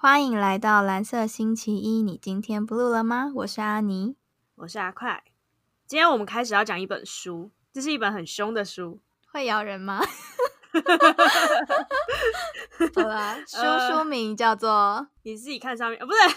欢迎来到蓝色星期一，你今天 blue 了吗？我是阿妮， 我是阿快。今天我们开始要讲一本书，这是一本很凶的书。 会咬人吗？好啦，书名叫做你自己看上面，不是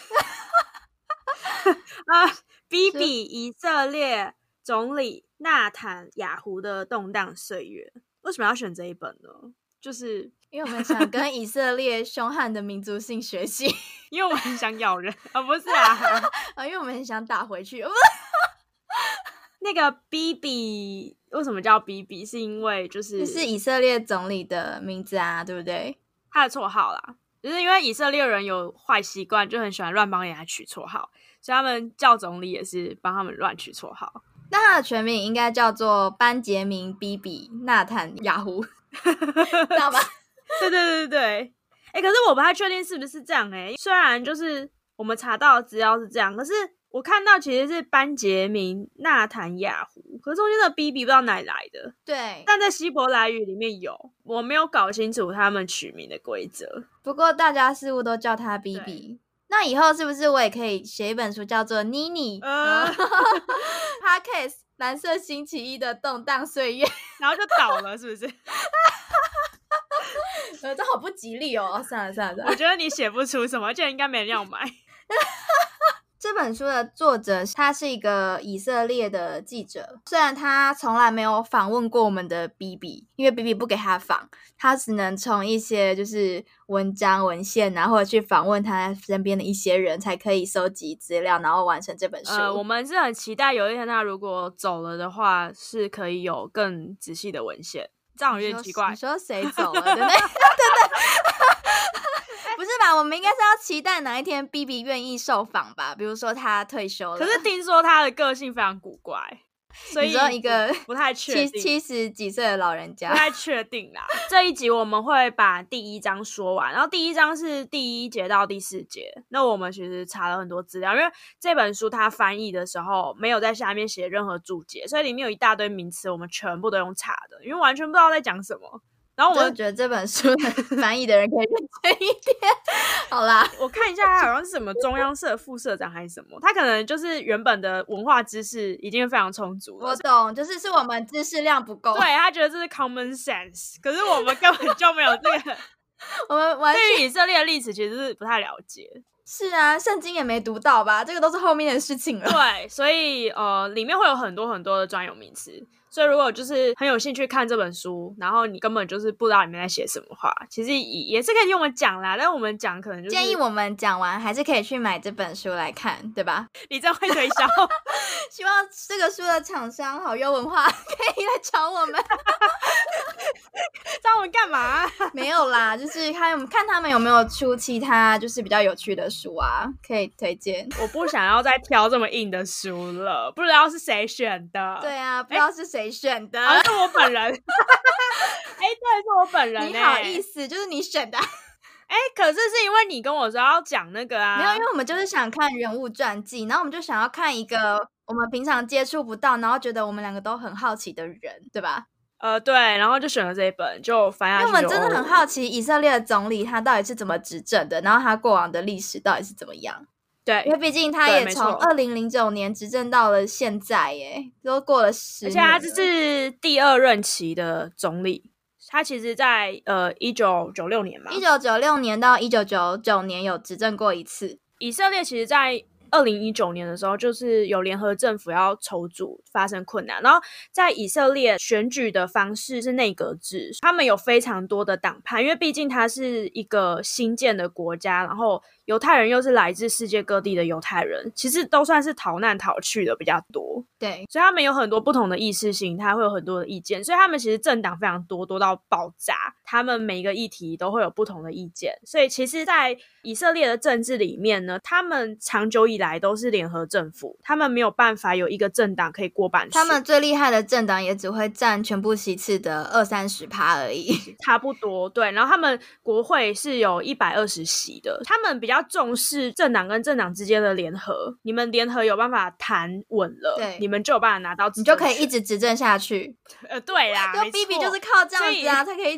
比比以色列总理纳坦雅胡的动荡岁月。为什么要选这一本呢？就是因为我们想跟以色列凶悍的民族性学习， 因为我们很想咬人不是啊因为我们很想打回去。 那个比比为什么叫比比？是因为就是以色列总理的名字啊，对不对？ 他的绰号啦，就是因为以色列人有坏习惯，就很喜欢乱帮人家取绰号，所以他们叫总理也是帮他们乱取绰号。 那他的全名应该叫做班杰明·比比·纳坦雅胡，知道吗？ 对。可是我不太确定是不是这样虽然就是我们查到的资料是这样，可是我看到其实是班杰明·纳坦雅胡，可是中间的 BB 不知道哪里来的。 对， 但在希伯来语里面有，我没有搞清楚他们取名的规则。 不过大家似乎都叫他 BB。那以后是不是我也可以写一本书叫做妮妮Podcast 蓝色星期一的动荡岁月， 然后就倒了是不是？ 这好不吉利哦。算了， 我觉得你写不出什么，而且应该没人要买。 这本书的作者他是一个以色列的记者，虽然他从来没有访问过我们的 BB， 因为 BB 不给他访，他只能从一些就是文章文献或者去访问他身边的一些人，才可以收集资料，然后完成这本书。 我们是很期待有一天他如果走了的话，是可以有更仔细的文献。这样有点奇怪。 你说谁走了？对不对？不是吧？我们应该是要期待哪一天 BB 愿意受访吧？比如说他退休了。 可是听说他的个性非常古怪，所以你说一个不太确定 70几岁的老人家， 不太确定啦。这一集我们会把第一章说完，然后第一章是第1节到第4节。那我们其实查了很多资料，因为这本书它翻译的时候没有在下面写任何注解，所以里面有一大堆名词我们全部都用查的，因为完全不知道在讲什么。然后我就觉得这本书翻译的人可以认真一点。好啦， 我看一下，他好像是什么中央社副社长还是什么，他可能就是原本的文化知识已经非常充足了。 我懂，是我们知识量不够。 对，他觉得这是 common sense， 可是我们根本就没有这个。 我们完全对于以色列的历史其实是不太了解。 是啊，圣经也没读到吧？这个都是后面的事情了。 对，所以里面会有很多很多的专有名词。所以如果就是很有兴趣看这本书，然后你根本就是不知道里面在写什么话，其实也是可以听我们讲啦，但我们讲可能就是建议我们讲完还是可以去买这本书来看，对吧？ 你这样会推销。 希望这个书的厂商好优文化可以来找我们。 找我们干嘛没有啦，就是看他们有没有出其他就是比较有趣的书啊，可以推荐。 我不想要再挑这么硬的书了，不知道是谁选的。 对啊，不知道是谁选的。 是我本人。对，是我本人。 你好意思，就是你选的。 可是是因为你跟我说要讲那个啊。 没有，因为我们就是想看人物传记，然后我们就想要看一个我们平常接触不到，然后觉得我们两个都很好奇的人，对吧？ 对，然后就选了这一本，就翻下去。 因为我们真的很好奇以色列的总理他到底是怎么执政的，然后他过往的历史到底是怎么样。 对， 因为毕竟他也从2009年执政到了现在耶，都过了10年了。 而且他这是第2任期的总理，他其实在1996年嘛 ，1996年到1999年有执政过一次。 以色列其实在2019年的时候，就是有联合政府要筹组发生困难，然后在以色列选举的方式是内阁制，他们有非常多的党派，因为毕竟它是一个新建的国家，然后犹太人又是来自世界各地的犹太人，其实都算是逃难逃去的比较多。 对， 所以他们有很多不同的意识形态，会有很多的意见，所以他们其实政党非常多，多到爆炸，他们每一个议题都会有不同的意见。所以其实在以色列的政治里面呢，他们长久以来都是联合政府，他们没有办法有一个政党可以过半数， 他们最厉害的政党也只会占全部席次的20-30%而已， 差不多。对，然后他们国会是有120席的，他们比较重视政党跟政党之间的联合，你们联合有办法谈稳了， 对， 你们就有办法拿到执你政就可以一直执政下去。 对啦， 就 BB 就是靠这样子啊，才可以一直执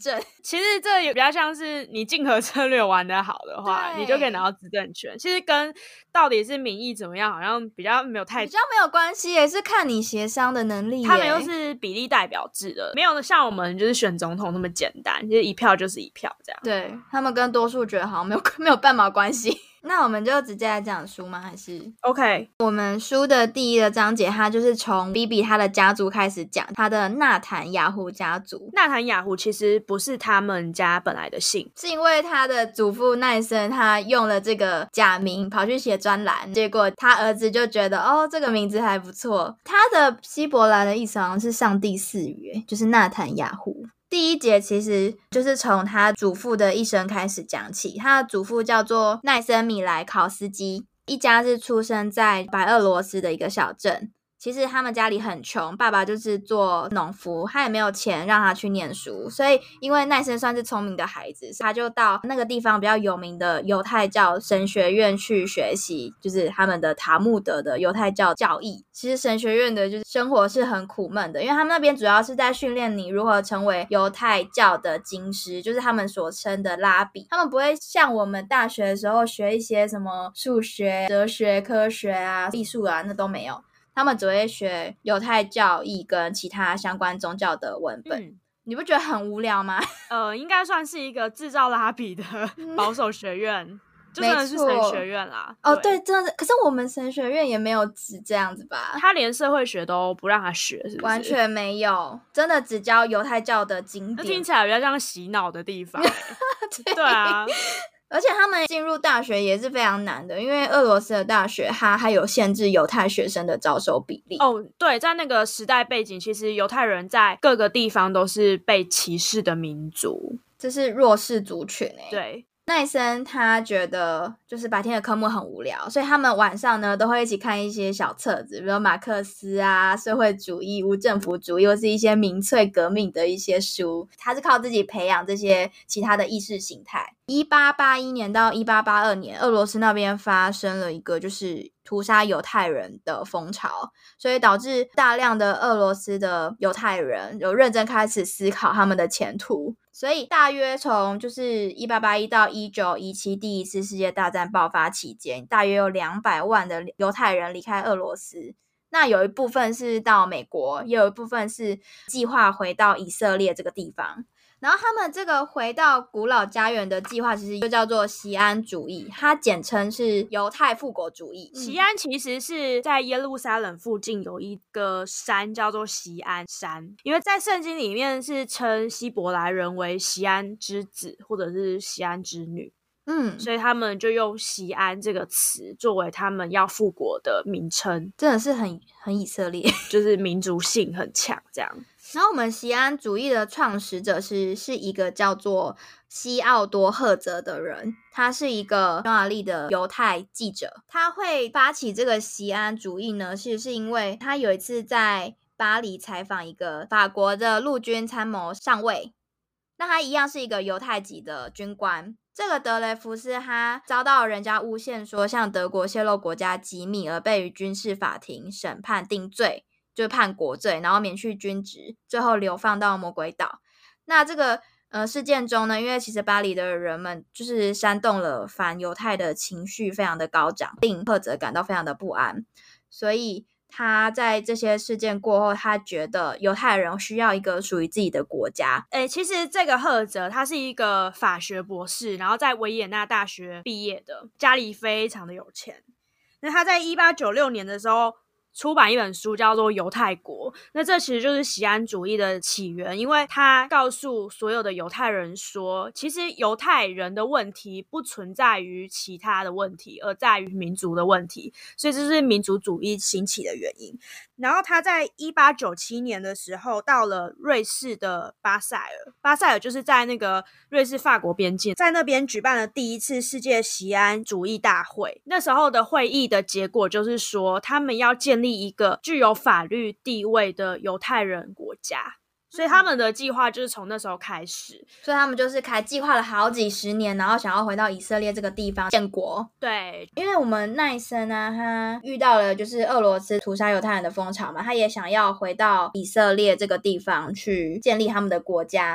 政。 其实这也比较像是你竞合策略玩得好的话，你就可以拿到执政权。其实跟到底是民意怎么样，好像比较没有关系，也是看你协商的能力耶。 他们又是比例代表制的，没有像我们就是选总统那么简单，就是一票就是一票这样。 对，他们跟多数决好像没有半毛关系。那我们就直接来讲书吗？还是 OK？ 我们书的第一个章节，它就是从 BB 他的家族开始讲，他的纳坦雅胡家族。 纳坦雅胡其实不是他们家本来的姓， 是因为他的祖父奈森他用了这个假名跑去写专栏，结果他儿子就觉得这个名字还不错。他的希伯来的意思好像是上帝赐予，就是纳坦雅胡。第一节其实就是从他祖父的一生开始讲起。他的祖父叫做奈森米莱考斯基，一家是出生在白俄罗斯的一个小镇。其实他们家里很穷，爸爸就是做农夫，他也没有钱让他去念书，所以因为奈森算是聪明的孩子，他就到那个地方比较有名的犹太教神学院去学习，就是他们的塔木德的犹太教教义。其实神学院的就是生活是很苦闷的，因为他们那边主要是在训练你如何成为犹太教的经师，就是他们所称的拉比。他们不会像我们大学的时候学一些什么数学、哲学、科学啊、艺术啊，那都没有。他们只会学犹太教义跟其他相关宗教的文本。你不觉得很无聊吗？ 应该算是一个制造拉比的保守学院，就真的是神学院啦。 对，真的。可是我们神学院也没有只这样子吧？ 他连社会学都不让他学，是不是？ 完全没有，真的只教犹太教的经典。 那听起来比较像洗脑的地方。对啊。 而且他们进入大学也是非常难的，因为俄罗斯的大学它还有限制犹太学生的招收比例。 对，在那个时代背景，其实犹太人在各个地方都是被歧视的民族， 这是弱势族群对。 奈森他觉得就是白天的科目很无聊，所以他们晚上呢都会一起看一些小册子，比如马克思啊、社会主义、无政府主义，或是一些民粹革命的一些书。他是靠自己培养这些其他的意识形态。1881年到1882年，俄罗斯那边发生了一个就是屠杀犹太人的风潮，所以导致大量的俄罗斯的犹太人有认真开始思考他们的前途。所以大约从就是1881到1917第一次世界大战爆发期间，大约有200万的犹太人离开俄罗斯。那有一部分是到美国，也有一部分是计划回到以色列这个地方。然后他们这个回到古老家园的计划其实就叫做锡安主义，它简称是犹太复国主义。 锡安其实是在耶路撒冷附近有一个山叫做锡安山，因为在圣经里面是称希伯来人为锡安之子或者是锡安之女，所以他们就用锡安这个词作为他们要复国的名称， 真的是很以色列， 就是民族性很强这样。 然后我们锡安主义的创始者是一个叫做西奥多·赫泽的人，他是一个匈牙利的犹太记者。他会发起这个锡安主义呢，其实是因为他有一次在巴黎采访一个法国的陆军参谋上尉，那他一样是一个犹太籍的军官。这个德雷福斯他遭到人家诬陷说向德国泄露国家机密而被于军事法庭审判定罪，就判国罪，然后免去军职，最后流放到魔鬼岛。那这个事件中呢，因为其实巴黎的人们就是煽动了反犹太的情绪非常的高涨，令赫泽感到非常的不安，所以他在这些事件过后，他觉得犹太人需要一个属于自己的国家。 其实这个赫泽他是一个法学博士，然后在维也纳大学毕业的，家里非常的有钱。那他在1896年的时候出版一本书叫做《犹太国》，那这其实就是锡安主义的起源，因为他告诉所有的犹太人说，其实犹太人的问题不存在于其他的问题，而在于民族的问题，所以这是民族主义兴起的原因。然后他在1897年的时候到了瑞士的巴塞尔，巴塞尔就是在那个瑞士法国边境，在那边举办了第一次世界锡安主义大会。那时候的会议的结果就是说，他们要建立一个具有法律地位的犹太人国家，所以他们的计划就是从那时候开始。 所以他们就是计划了好几十年，然后想要回到以色列这个地方建国。 对， 因为我们奈森啊，他遇到了就是俄罗斯屠杀犹太人的风潮嘛，他也想要回到以色列这个地方去建立他们的国家。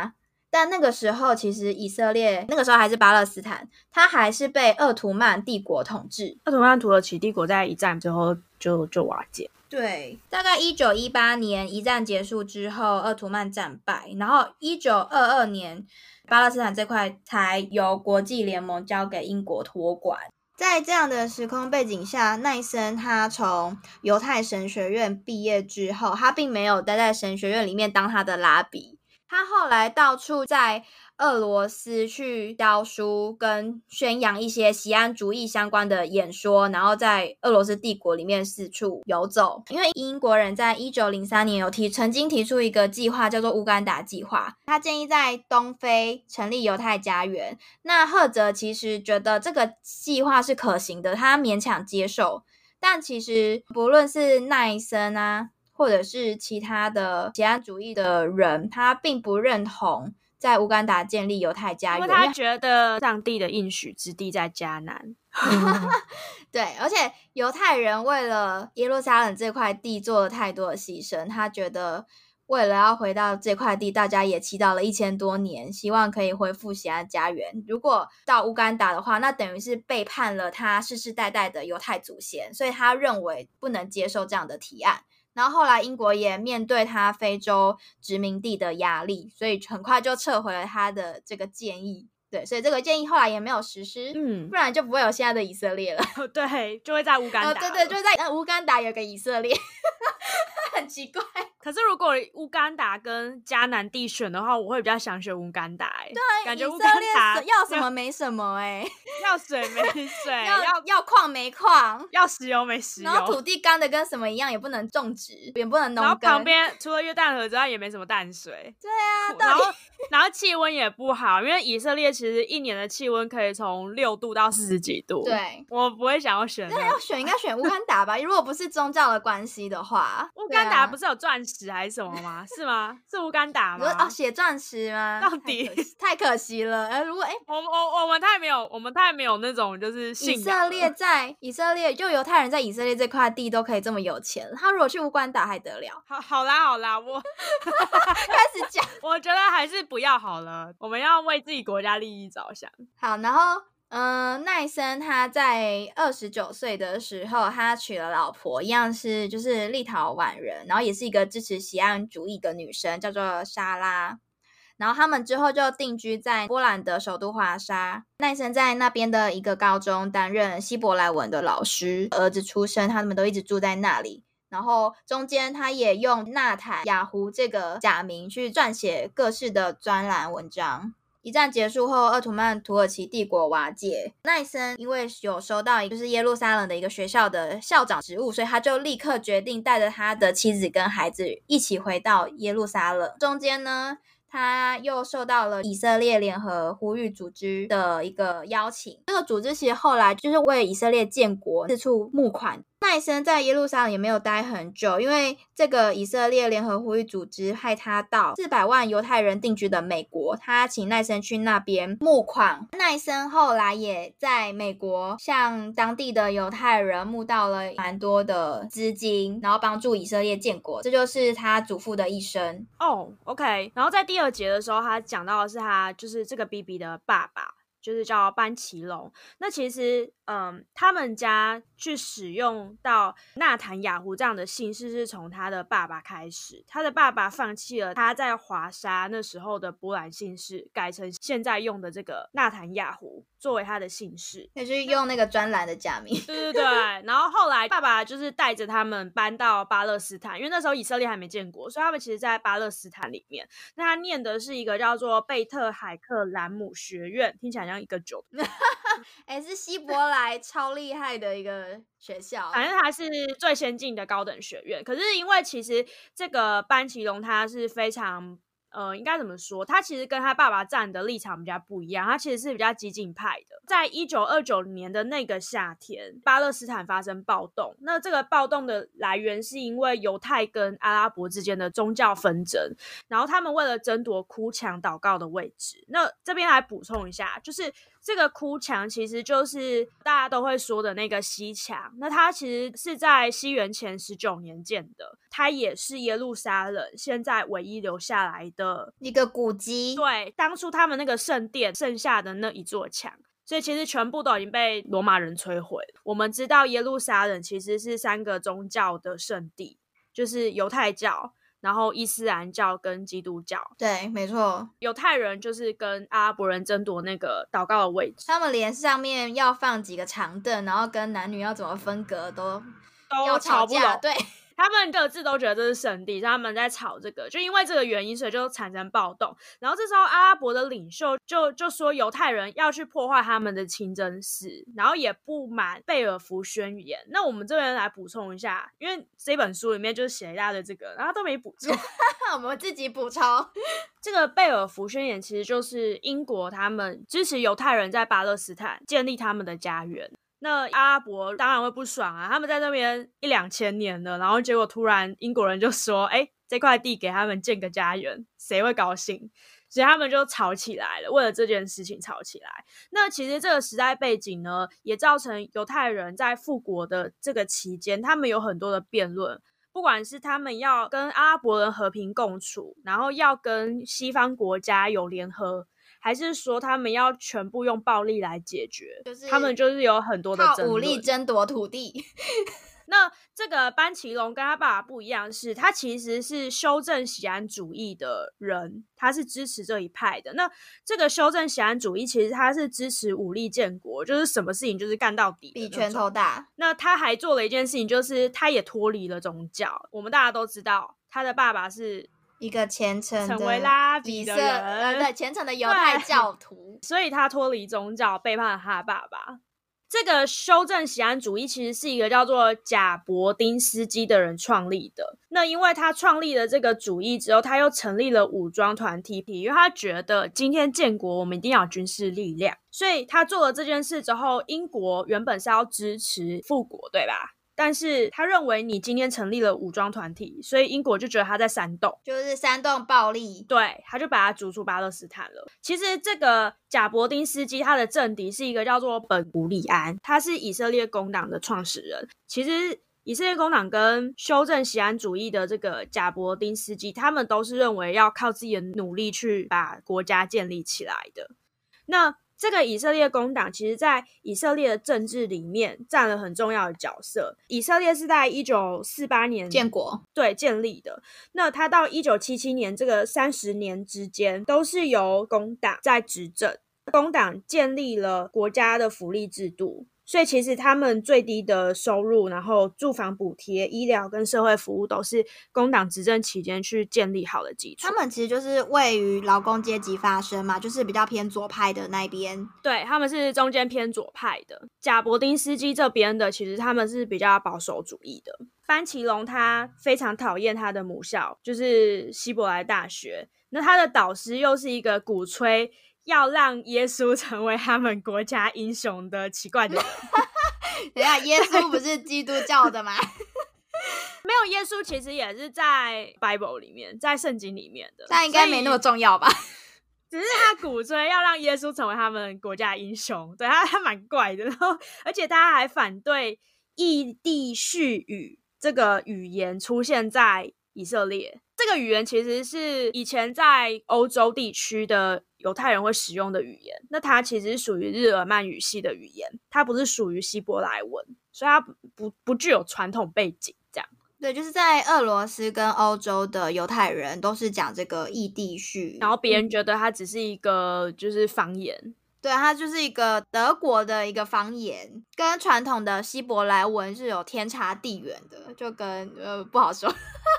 但那个时候其实以色列那个时候还是巴勒斯坦，它还是被鄂图曼帝国统治。 鄂图曼土耳其帝国在一战之后就瓦解。 对，大概1918年一战结束之后，鄂图曼战败，然后1922年巴勒斯坦这块才由国际联盟交给英国托管。在这样的时空背景下，奈森他从犹太神学院毕业之后，他并没有待在神学院里面当他的拉比，他后来到处在俄罗斯去教书跟宣扬一些锡安主义相关的演说，然后在俄罗斯帝国里面四处游走。因为英国人在1903年有曾经提出一个计划叫做乌干达计划，他建议在东非成立犹太家园。那赫泽其实觉得这个计划是可行的，他勉强接受，但其实不论是奈森啊或者是其他的锡安主义的人，他并不认同在乌干达建立犹太家园， 因为他觉得上帝的应许之地在迦南。 对，而且犹太人为了耶路撒冷这块地做了太多的牺牲，他觉得为了要回到这块地，大家也祈祷了1000多年，希望可以恢复锡安家园。如果到乌干达的话，那等于是背叛了他世世代代的犹太祖先，所以他认为不能接受这样的提案。然后后来英国也面对他非洲殖民地的压力，所以很快就撤回了他的这个建议。对，所以这个建议后来也没有实施，不然就不会有现在的以色列了。 对，就会在乌干达。 对对，就在乌干达有个以色列，很奇怪。 可是如果乌干达跟迦南地选的话，我会比较想选乌干达。 对啊， 感觉乌干达要什么没什么要水没水， 要矿没矿， 要石油没石油， 然后土地干的跟什么一样，也不能种植，也不能农耕， 然后旁边除了约旦河之外也没什么淡水。 对啊， 然后气温也不好，因为以色列其实一年的气温可以从6度到40几度。 对， 我不会想要选。 那要选应该选乌干达吧？如果不是宗教的关系的话， 乌干达不是有钻石还是什么吗？是吗？是乌干达吗？ 血钻石吗？ 到底太可惜了。如果我们太没有那种就是信仰了。 以色列就犹太人在以色列这块地都可以这么有钱，他如果去乌干达还得了？ 好啦，我开始讲， 我觉得还是不要好了，我们要为自己国家利益着想。 好，然后奈森他在29岁的时候，他娶了老婆，一样是就是立陶宛人，然后也是一个支持锡安主义的女生，叫做莎拉。然后他们之后就定居在波兰的首都华沙。奈森在那边的一个高中担任希伯来文的老师，儿子出生，他们都一直住在那里。然后中间他也用纳坦雅胡这个假名去撰写各式的专栏文章。一战结束后，鄂图曼土耳其帝国瓦解，奈森因为有收到就是耶路撒冷的一个学校的校长职务，所以他就立刻决定带着他的妻子跟孩子一起回到耶路撒冷。中间呢，他又受到了以色列联合呼吁组织的一个邀请，这个组织其实后来就是为以色列建国四处募款。奈森在耶路撒冷也没有待很久，因为这个以色列联合呼吁组织派他到400万犹太人定居的美国，他请奈森去那边募款。奈森后来也在美国向当地的犹太人募到了蛮多的资金，然后帮助以色列建国，这就是他祖父的一生。 OK。 然后在第2节的时候，他讲到的是他就是这个 BB 的爸爸，就是叫班奇龙。那其实他们家去使用到纳坦雅胡这样的姓氏是从他的爸爸开始，他的爸爸放弃了他在华沙那时候的波兰姓氏，改成现在用的这个纳坦雅胡作为他的姓氏， 也就是用那个专栏的假名。 对。然后后来爸爸就是带着他们搬到巴勒斯坦，因为那时候以色列还没建国，所以他们其实在巴勒斯坦里面。那他念的是一个叫做贝特海克兰姆学院，听起来像一个酒是希伯来超厉害的一个学校， 反正它是最先进的高等学院。可是因为其实这个班奇龙他是非常应该怎么说，他其实跟他爸爸站的立场比较不一样，他其实是比较激进派的。在1929年的那个夏天，巴勒斯坦发生暴动，那这个暴动的来源是因为犹太跟阿拉伯之间的宗教纷争，然后他们为了争夺哭墙祷告的位置。那这边来补充一下，就是这个哭墙其实就是大家都会说的那个西墙，那它其实是在西元前19年建的，它也是耶路撒冷现在唯一留下来的一个古迹。 对，当初他们那个圣殿剩下的那一座墙，所以其实全部都已经被罗马人摧毁。我们知道耶路撒冷其实是3个宗教的圣地，就是犹太教，然后伊斯兰教跟基督教。 对，没错。 犹太人就是跟阿拉伯人争夺那个祷告的位置， 他们连上面要放几个长凳，然后跟男女要怎么分隔都要吵架。对， 他们各自都觉得这是圣地，他们在吵这个，就因为这个原因，所以就产生暴动。然后这时候阿拉伯的领袖就说犹太人要去破坏他们的清真寺，然后也不满贝尔福宣言。那我们这边来补充一下，因为这本书里面就写了一大堆这个，然后都没补充， 我们自己补充。 这个贝尔福宣言其实就是英国他们支持犹太人在巴勒斯坦建立他们的家园。那阿拉伯当然会不爽啊，他们在那边1-2千年了，然后结果突然英国人就说这块地给他们建个家园，谁会高兴？所以他们就吵起来了，为了这件事情吵起来。那其实这个时代背景呢，也造成犹太人在复国的这个期间，他们有很多的辩论，不管是他们要跟阿拉伯人和平共处，然后要跟西方国家有联合，还是说他们要全部用暴力来解决，就是他们就是有很多的争论， 靠武力争夺土地。 那这个班奇隆跟他爸爸不一样，是他其实是修正锡安主义的人，他是支持这一派的。那这个修正锡安主义其实他是支持武力建国，就是什么事情就是干到底， 比拳头大。 那他还做了一件事情，就是他也脱离了宗教。我们大家都知道他的爸爸是一个虔诚的成为拉比的人， 对，虔诚的犹太教徒， 所以他脱离宗教，背叛了他的爸爸。这个修正锡安主义其实是一个叫做贾伯丁斯基的人创立的。那因为他创立了这个主义之后，他又成立了武装团体，因为他觉得今天建国我们一定要有军事力量，所以他做了这件事之后，英国原本是要支持复国，对吧？但是他认为你今天成立了武装团体，所以英国就觉得他在煽动， 就是煽动暴力。 对，他就把他逐出巴勒斯坦了。其实这个贾伯丁斯基他的政敌是一个叫做本古里安，他是以色列工党的创始人。其实以色列工党跟修正锡安主义的这个贾伯丁斯基，他们都是认为要靠自己的努力去把国家建立起来的。那这个以色列工党其实在以色列的政治里面占了很重要的角色。以色列是在1948年建国， 对，建立的。那他到1977年这个30年之间都是由工党在执政，工党建立了国家的福利制度，所以其实他们最低的收入，然后住房补贴、医疗跟社会服务都是工党执政期间去建立好的基础。 他们其实就是位于劳工阶级发声嘛，就是比较偏左派的那边。 对，他们是中间偏左派的。贾伯丁斯基这边的其实他们是比较保守主义的。班奇隆他非常讨厌他的母校，就是希伯来大学。那他的导师又是一个鼓吹要让耶稣成为他们国家英雄的奇怪的人。 等一下，耶稣不是基督教的吗？ 没有，耶稣其实也是在 Bible 里面，在圣经里面的， 但应该没那么重要吧？ 只是他鼓吹要让耶稣成为他们国家英雄，对，他蛮怪的。然后而且他还反对异地续语这个语言出现在以色列。这个语言其实是以前在欧洲地区的犹太人会使用的语言，那它其实是属于日耳曼语系的语言，它不是属于希伯来文，所以它不具有传统背景这样。 对，就是在俄罗斯跟欧洲的犹太人都是讲这个异地续， 然后别人觉得它只是一个就是方言。 对，它就是一个德国的一个方言，跟传统的希伯来文是有天差地远的，就跟不好说。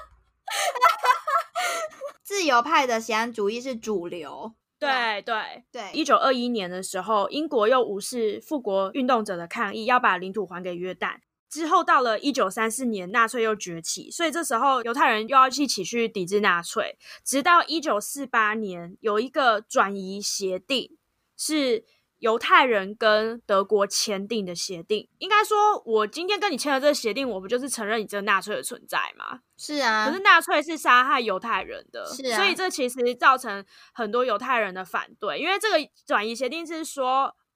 自由派的锡安主义是主流。 对对对 ，1921年的时候，英国又无视复国运动者的抗议，要把领土还给约旦。之后到了1934年，纳粹又崛起，所以这时候犹太人又要一起去抵制纳粹。直到1948年，有一个转移协定，是犹太人跟德国签订的协定。应该说，我今天跟你签了这个协定，我不就是承认你这个纳粹的存在吗？ 是啊， 可是纳粹是杀害犹太人的， 是啊， 所以这其实造成很多犹太人的反对，因为这个转移协定是说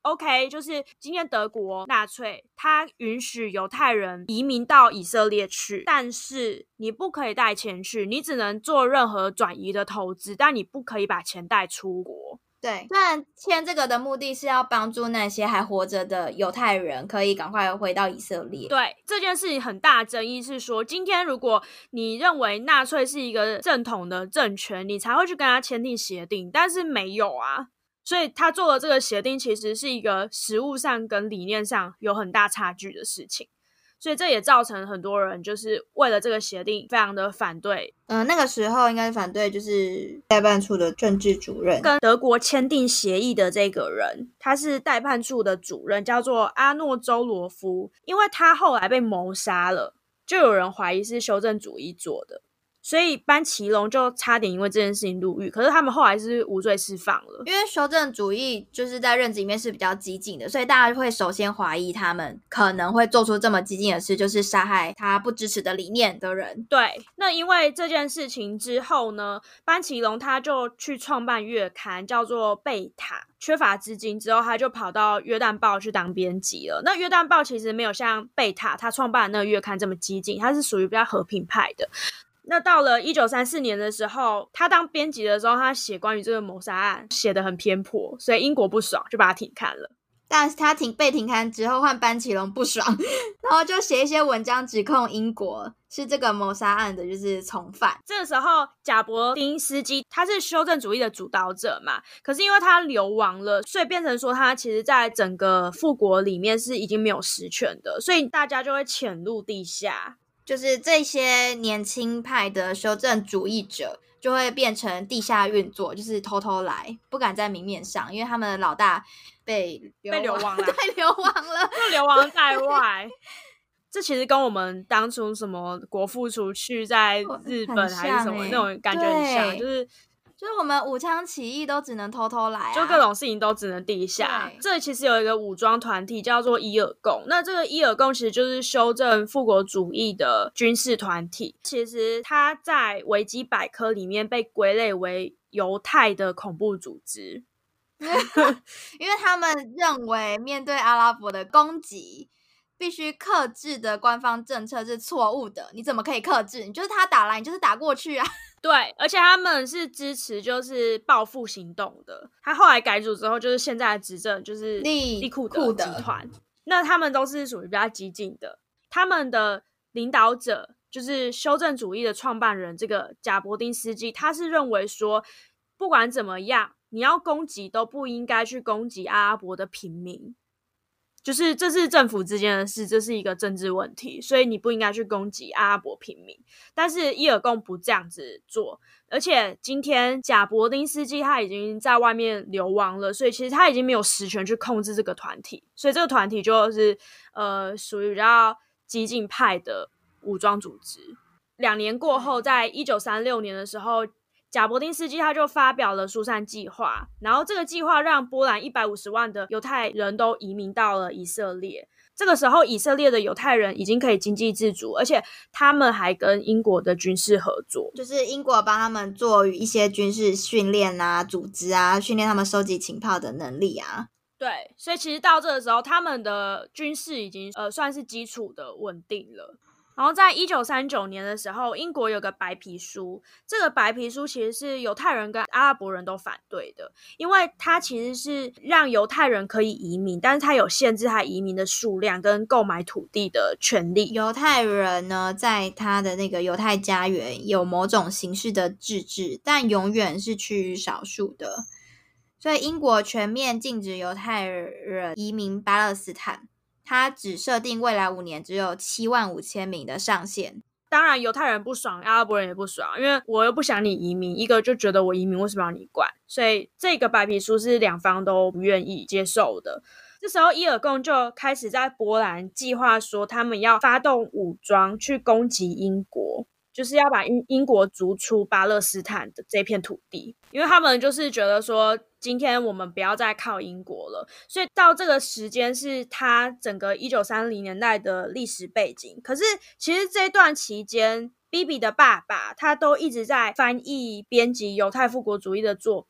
OK， 就是今天德国纳粹他允许犹太人移民到以色列去，但是你不可以带钱去，你只能做任何转移的投资，但你不可以把钱带出国。 对，虽然签这个的目的是要帮助那些还活着的犹太人可以赶快回到以色列。 对，这件事情很大争议是说，今天如果你认为纳粹是一个正统的政权，你才会去跟他签订协定，但是没有啊。所以他做的这个协定其实是一个实务上跟理念上有很大差距的事情，所以这也造成很多人就是为了这个协定非常的反对。 那个时候应该是反对就是代办处的政治主任， 跟德国签订协议的这个人，他是代办处的主任，叫做阿诺周罗夫，因为他后来被谋杀了，就有人怀疑是修正主义做的，所以班奇隆就差点因为这件事情入狱，可是他们后来是无罪释放了。 因为修正主义就是在任职里面是比较激进的，所以大家会首先怀疑他们可能会做出这么激进的事，就是杀害他不支持的理念的人。 对，那因为这件事情之后呢，班奇隆他就去创办月刊叫做贝塔，缺乏资金之后他就跑到约旦报去当编辑了。那约旦报其实没有像贝塔他创办的那个月刊这么激进，他是属于比较和平派的。那到了1934年的时候，他当编辑的时候，他写关于这个谋杀案写得很偏颇，所以英国不爽就把他停刊了。 但是他被停刊之后，换班奇隆不爽，然后就写一些文章指控英国是这个谋杀案的就是从犯。 这个时候贾伯丁斯基他是修正主义的主导者嘛，可是因为他流亡了，所以变成说他其实在整个复国里面是已经没有实权的，所以大家就会潜入地下， 就是这些年轻派的修正主义者就会变成地下运作，就是偷偷来，不敢在明面上，因为他们的老大被流亡了，对，流亡了， 就流亡在外。这其实跟我们当初什么国父出去在日本还是什么那种感觉很像， 就是我们武昌起义都只能偷偷来就各种事情都只能地下。这其实有一个武装团体叫做伊尔共，那这个伊尔共其实就是修正复国主义的军事团体，其实它在维基百科里面被归类为犹太的恐怖组织。 因为他们认为面对阿拉伯的攻击必须克制的官方政策是错误的，你怎么可以克制？你就是他打来，你就是打过去啊。 对，而且他们是支持就是报复行动的。他后来改组之后，就是现在的执政就是利库德集团，那他们都是属于比较激进的。他们的领导者就是修正主义的创办人这个贾伯丁斯基，他是认为说不管怎么样，你要攻击都不应该去攻击阿拉伯的平民，就是这是政府之间的事，这是一个政治问题，所以你不应该去攻击阿拉伯平民。但是伊尔共不这样子做，而且今天贾伯丁斯基他已经在外面流亡了，所以其实他已经没有实权去控制这个团体，所以这个团体就是属于比较激进派的武装组织。2年过后，在1936年的时候，贾伯丁斯基他就发表了疏散计划，然后这个计划让波兰150万的犹太人都移民到了以色列。这个时候以色列的犹太人已经可以经济自主，而且他们还跟英国的军事合作， 就是英国帮他们做一些军事训练啊、组织啊，训练他们收集情报的能力啊。 对，所以其实到这个时候他们的军事已经算是基础的稳定了。然后在1939年的时候，英国有个白皮书，这个白皮书其实是犹太人跟阿拉伯人都反对的，因为它其实是让犹太人可以移民，但是它有限制他移民的数量跟购买土地的权利。 犹太人呢，在他的那个犹太家园有某种形式的自治，但永远是趋于少数的，所以英国全面禁止犹太人移民巴勒斯坦。他只设定未来5年只有75000名的上限。 当然犹太人不爽，阿拉伯人也不爽，因为我又不想你移民，一个就觉得我移民为什么要你管，所以这个白皮书是两方都不愿意接受的。这时候伊尔共就开始在波兰计划说他们要发动武装去攻击英国，就是要把英国逐出巴勒斯坦的这片土地，因为他们就是觉得说今天我们不要再靠英国了，所以到这个时间是他整个1930年代的历史背景。可是其实这段期间 Bibi 的爸爸他都一直在翻译编辑犹太复国主义的作品，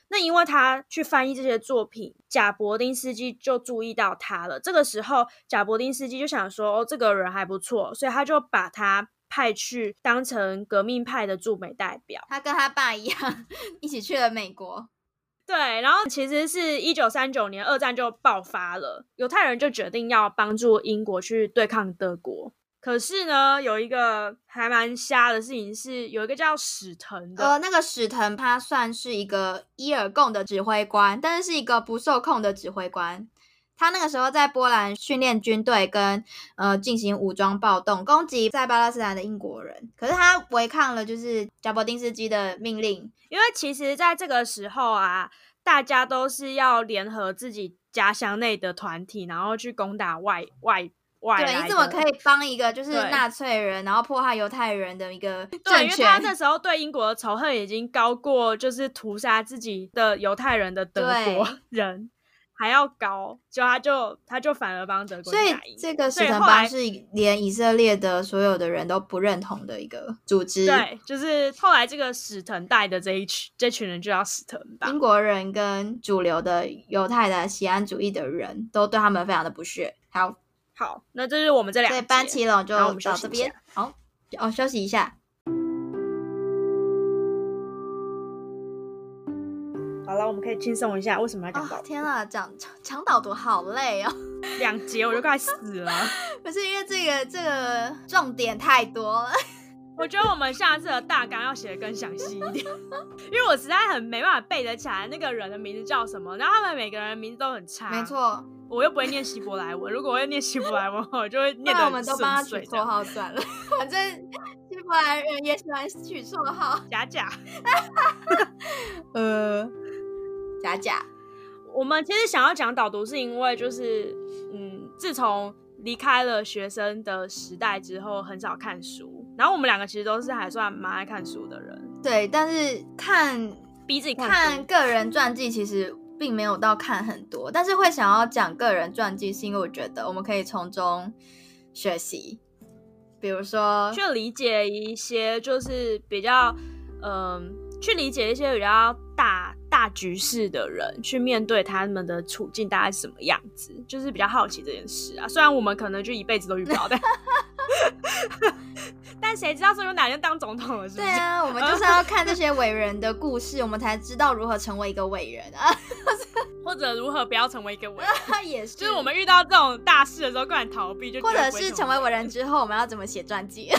那因为他去翻译这些作品，贾伯丁斯基就注意到他了。这个时候贾伯丁斯基就想说，这个人还不错，所以他就把他派去当成革命派的驻美代表。 他跟他爸一样一起去了美国。 对，然后其实是1939年二战就爆发了，犹太人就决定要帮助英国去对抗德国。可是呢，有一个还蛮瞎的事情是，有一个叫史腾的， 那个史腾他算是一个伊尔共的指挥官，但是是一个不受控的指挥官。他那个时候在波兰训练军队跟进行武装暴动，攻击在巴勒斯坦的英国人。可是他违抗了就是贾伯丁斯基的命令， 因为其实在这个时候啊，大家都是要联合自己家乡内的团体，然后去攻打外来的。 对，你怎么可以帮一个就是纳粹人然后迫害犹太人的一个政权？ 对，因为他那时候对英国的仇恨已经高过就是屠杀自己的犹太人的德国人还要高，他就反而帮德国打赢。 所以这个史腾邦是连以色列的所有的人都不认同的一个组织。 对，就是后来这个史腾带的这群人就叫史腾邦。 英国人跟主流的犹太的锡安主义的人都对他们非常的不屑。 好，那这是我们这两节， 所以班奇龙就到这边。 好， 休息一下。 好了，我们可以轻松一下。为什么要讲导读？ 天啊，讲导读好累哦 ，2节我就快死了。 不是因为这个重点太多了。 我觉得我们下次的大纲要写得更详细一点，因为我实在很没办法背得起来那个人的名字叫什么，然后他们每个人的名字都很差。 没错， 我又不会念希伯来文，如果我会念希伯来文，我就会念得很顺遂。那我们都帮他取绰号算了，反正希伯来人也喜欢取绰号。 假假。 我们其实想要讲导读，是因为就是自从离开了学生的时代之后，很少看书。然后我们两个其实都是还算蛮爱看书的人。 对，但是逼自己看个人传记其实并没有到看很多，但是会想要讲个人传记是因为我觉得我们可以从中学习，比如说去理解一些就是比较去理解一些比较大局势的人，去面对他们的处境大概是什么样子，就是比较好奇这件事啊。虽然我们可能就一辈子都遇不到，但谁知道说有哪天当总统了，是不是？ 对啊，我们就是要看这些伟人的故事，我们才知道如何成为一个伟人啊， 或者如何不要成为一个伟人。 也是， 就是我们遇到这种大事的时候，不然逃避，就或者是成为伟人之后，我们要怎么写传记？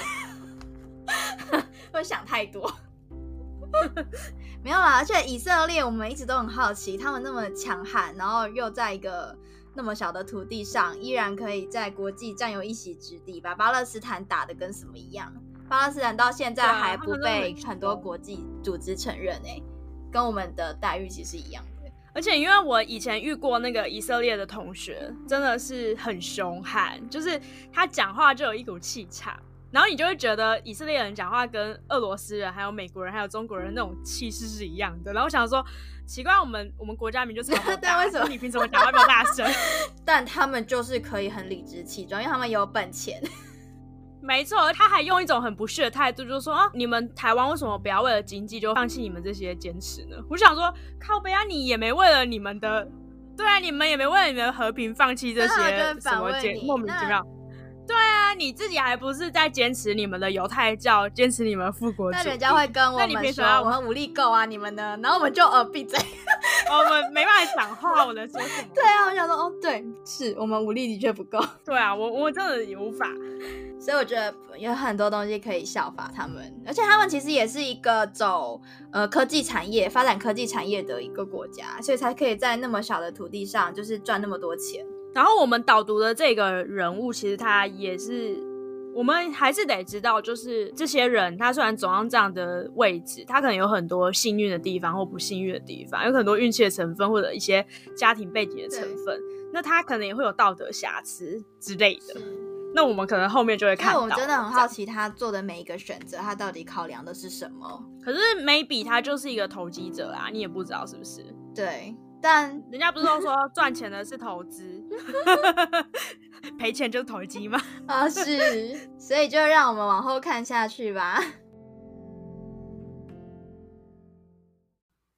会想太多。没有啦，而且以色列我们一直都很好奇，他们那么强悍，然后又在一个那么小的土地上，依然可以在国际占有一席之地，把巴勒斯坦打得跟什么一样。巴勒斯坦到现在还不被很多国际组织承认跟我们的待遇其实一样的。 而且因为我以前遇过那个以色列的同学，真的是很凶悍，就是他讲话就有一股气场，然后你就会觉得以色列人讲话跟俄罗斯人还有美国人还有中国人那种气势是一样的。然后我想说奇怪，我们国家名就超大， 但为什么你凭什么讲话比较大声？ 但他们就是可以很理直气壮，因为他们有本钱。 没错，他还用一种很不屑的态度，就是说你们台湾为什么不要为了经济就放弃你们这些坚持呢？我想说，靠北啊，你也没为了你们的，对啊，你们也没为了你们的和平放弃这些什么莫名其妙。对啊，你自己还不是在坚持你们的犹太教，坚持你们复国主义？ 那人家会跟我们说我们武力够啊，你们呢？然后我们就闭嘴。 我们没办法讲话，我能说什么？ 对啊，我想说对，是我们武力的确不够。 对啊，我真的也无法。 所以我觉得有很多东西可以效法他们，而且他们其实也是一个走科技产业、发展科技产业的一个国家，所以才可以在那么小的土地上就是赚那么多钱。 然后我们导读的这个人物，其实他也是，我们还是得知道，就是这些人他虽然走上这样的位置，他可能有很多幸运的地方或不幸运的地方，有很多运气的成分或者一些家庭背景的成分，那他可能也会有道德瑕疵之类的。那我们可能后面就会看到。 我们真的很好奇他做的每一个选择，他到底考量的是什么？ 可是 maybe 他就是一个投机者啊，你也不知道是不是？ 对，但人家不是都说赚钱的是投资，赔钱就是投机吗？ 是，所以就让我们往后看下去吧。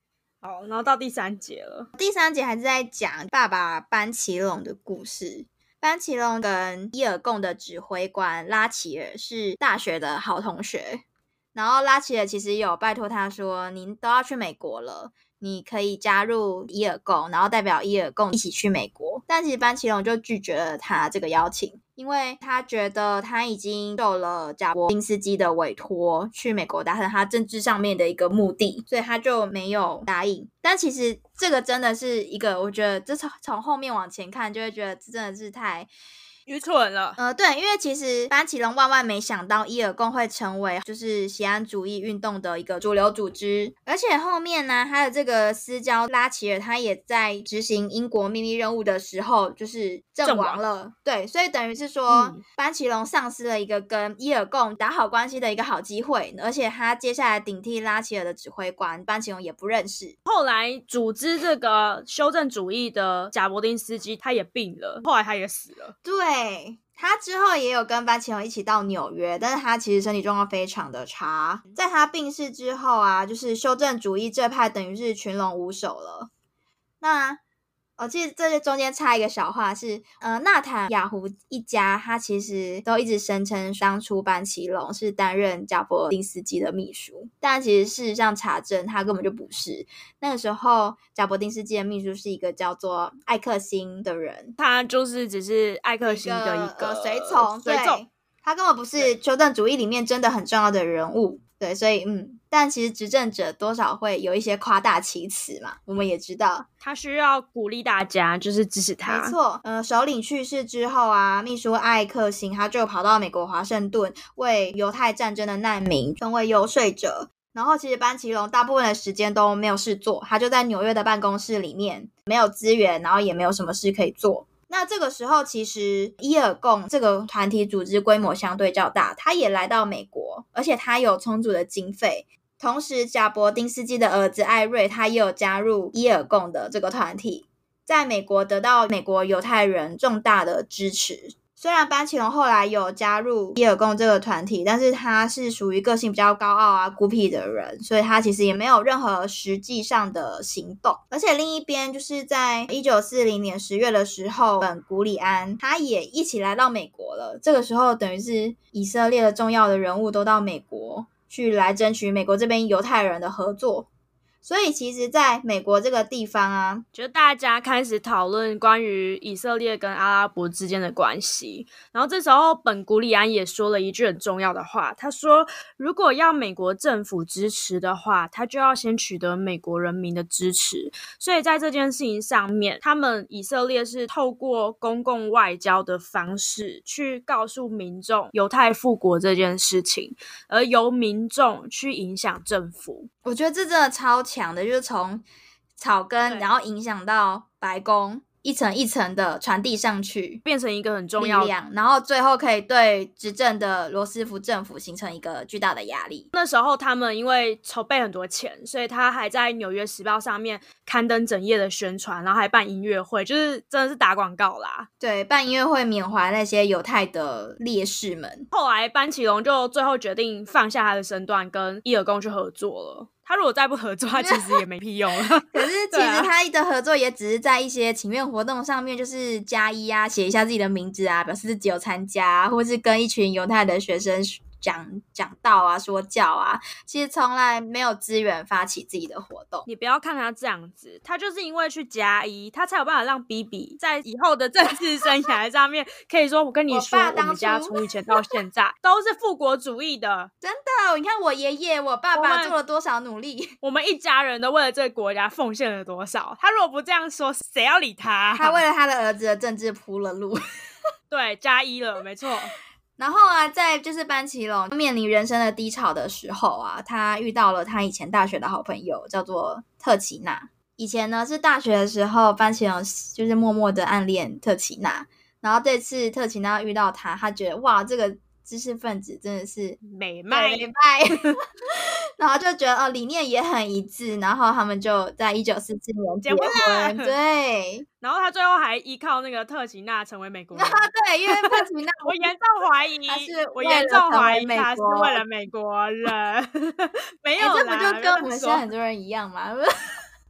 好，然后到第3节了。 第3节还是在讲爸爸班奇隆的故事。班奇隆跟伊尔贡的指挥官拉齐尔是大学的好同学，然后拉齐尔其实有拜托他说，您都要去美国了，你可以加入伊尔贡，然后代表伊尔贡一起去美国。但其实班奇隆就拒绝了他这个邀请，因为他觉得他已经受了贾伯丁斯基的委托去美国达成他政治上面的一个目的，所以他就没有答应。但其实这个真的是一个，我觉得这从后面往前看就会觉得这真的是太愚蠢了。 对，因为其实班奇隆万万没想到伊尔贡会成为就是锡安主义运动的一个主流组织，而且后面呢，还有这个私交拉齐尔，他也在执行英国秘密任务的时候就是阵亡了。对，所以等于是说，班奇隆丧失了一个跟伊尔贡打好关系的一个好机会，而且他接下来顶替拉齐尔的指挥官，班奇隆也不认识。 后来组织这个修正主义的贾伯丁斯基他也病了，后来他也死了。 对，他之后也有跟班奇隆一起到纽约，但是他其实身体状况非常的差。在他病逝之后啊，就是修正主义这派等于是群龙无首了。那其实这中间插一个小话是，纳坦雅胡一家他其实都一直声称当初班奇隆是担任贾伯丁斯基的秘书，但其实事实上查证他根本就不是。那个时候贾伯丁斯基的秘书是一个叫做艾克辛的人， 他就是只是艾克辛的一个随从，对，他根本不是修正主义里面真的很重要的人物。对，所以但其实执政者多少会有一些夸大其词嘛，我们也知道他需要鼓励大家就是支持他。 没错，首领去世之后啊，秘书艾克辛他就跑到美国华盛顿为犹太战争的难民成为游说者。然后其实班奇隆大部分的时间都没有事做，他就在纽约的办公室里面，没有资源，然后也没有什么事可以做。那这个时候其实伊尔贡这个团体组织规模相对较大，他也来到美国，而且他有充足的经费。同时贾伯丁斯基的儿子艾瑞他也有加入伊尔贡的这个团体，在美国得到美国犹太人重大的支持。虽然班奇隆后来有加入伊尔贡这个团体，但是他是属于个性比较高傲啊孤僻的人，所以他其实也没有任何实际上的行动。而且另一边就是在1940年10月的时候，本古里安他也一起来到美国了。这个时候等于是以色列的重要的人物都到美国去来争取美国这边犹太人的合作。所以其实在美国这个地方啊， 就大家开始讨论关于以色列跟阿拉伯之间的关系。然后这时候本古里安也说了一句很重要的话，他说如果要美国政府支持的话，他就要先取得美国人民的支持。所以在这件事情上面，他们以色列是透过公共外交的方式去告诉民众犹太复国这件事情，而由民众去影响政府。 我觉得这真的超强的，就是从草根然后影响到白宫，一层一层的传递上去， 变成一个很重要的力量， 然后最后可以对执政的罗斯福政府形成一个巨大的压力。 那时候他们因为筹备很多钱，所以他还在纽约时报上面刊登整页的宣传，然后还办音乐会，就是真的是打广告啦。 对，办音乐会缅怀那些犹太的烈士们。 后来班奇隆就最后决定放下他的身段，跟伊尔贡去合作了。他如果再不合作，他其实也没屁用了。 可是其实他的合作也只是在一些请愿活动上面，就是加一啊，写一下自己的名字啊，表示自己有参加，或是跟一群犹太的学生讲道啊，说教啊，其实从来没有资源发起自己的活动。 你不要看他这样子，他就是因为去加一，他才有办法让 BB 在以后的政治生涯上面可以说，我跟你说，我们家从以前到现在都是复国主义的。 真的，你看我爷爷我爸爸做了多少努力， 我们一家人都为了这个国家奉献了多少。他如果不这样说，谁要理他？ 他为了他的儿子的政治铺了路。 对，加一了，没错。 然后啊，在就是班奇隆面临人生的低潮的时候啊，他遇到了他以前大学的好朋友，叫做特奇娜。以前呢是大学的时候，班奇隆就是默默的暗恋特奇娜，然后这次特奇娜遇到他，他觉得哇，这个知识分子真的是美迈然后就觉得理念也很一致，然后他们就在1944年结婚。对， 然后他最后还依靠那个特奇娜成为美国人。 对，因为特奇娜我严重怀疑他是为了美国人。没有啦， 这不就跟我们现在很多人一样吗？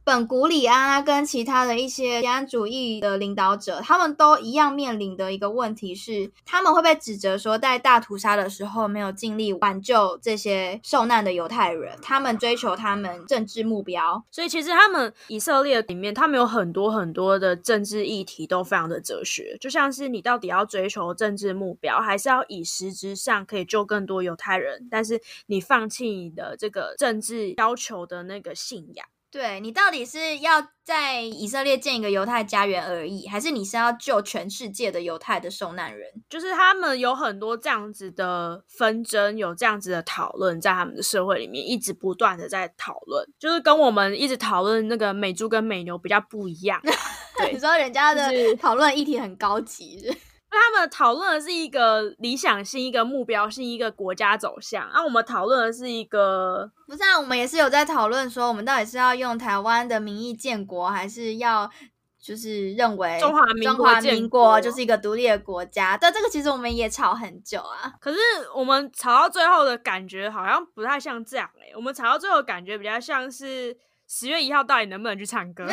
本古里安啊跟其他的一些极端主义的领导者，他们都一样面临的一个问题是，他们会被指责说在大屠杀的时候没有尽力挽救这些受难的犹太人，他们追求他们政治目标。 所以其实他们以色列里面，他们有很多很多的政治议题都非常的哲学，就像是你到底要追求政治目标，还是要以实质上可以救更多犹太人，但是你放弃你的这个政治要求的那个信仰。 对，你到底是要在以色列建一个犹太家园而已，还是你是要救全世界的犹太的受难人？ 就是他们有很多这样子的纷争，有这样子的讨论，在他们的社会里面一直不断的在讨论，就是跟我们一直讨论那个美猪跟美牛比较不一样。对， 你说人家的讨论议题很高级是他们讨论的是一个理想性、一个目标性、一个国家走向，我们讨论的是一个不是啊？我们也是有在讨论说，我们到底是要用台湾的名义建国，还是要就是认为中华民国就是一个独立的国家？对，这个其实我们也吵很久啊。 可是我们吵到最后的感觉好像不太像这样我们吵到最后的感觉比较像是10月1号到底能不能去唱歌？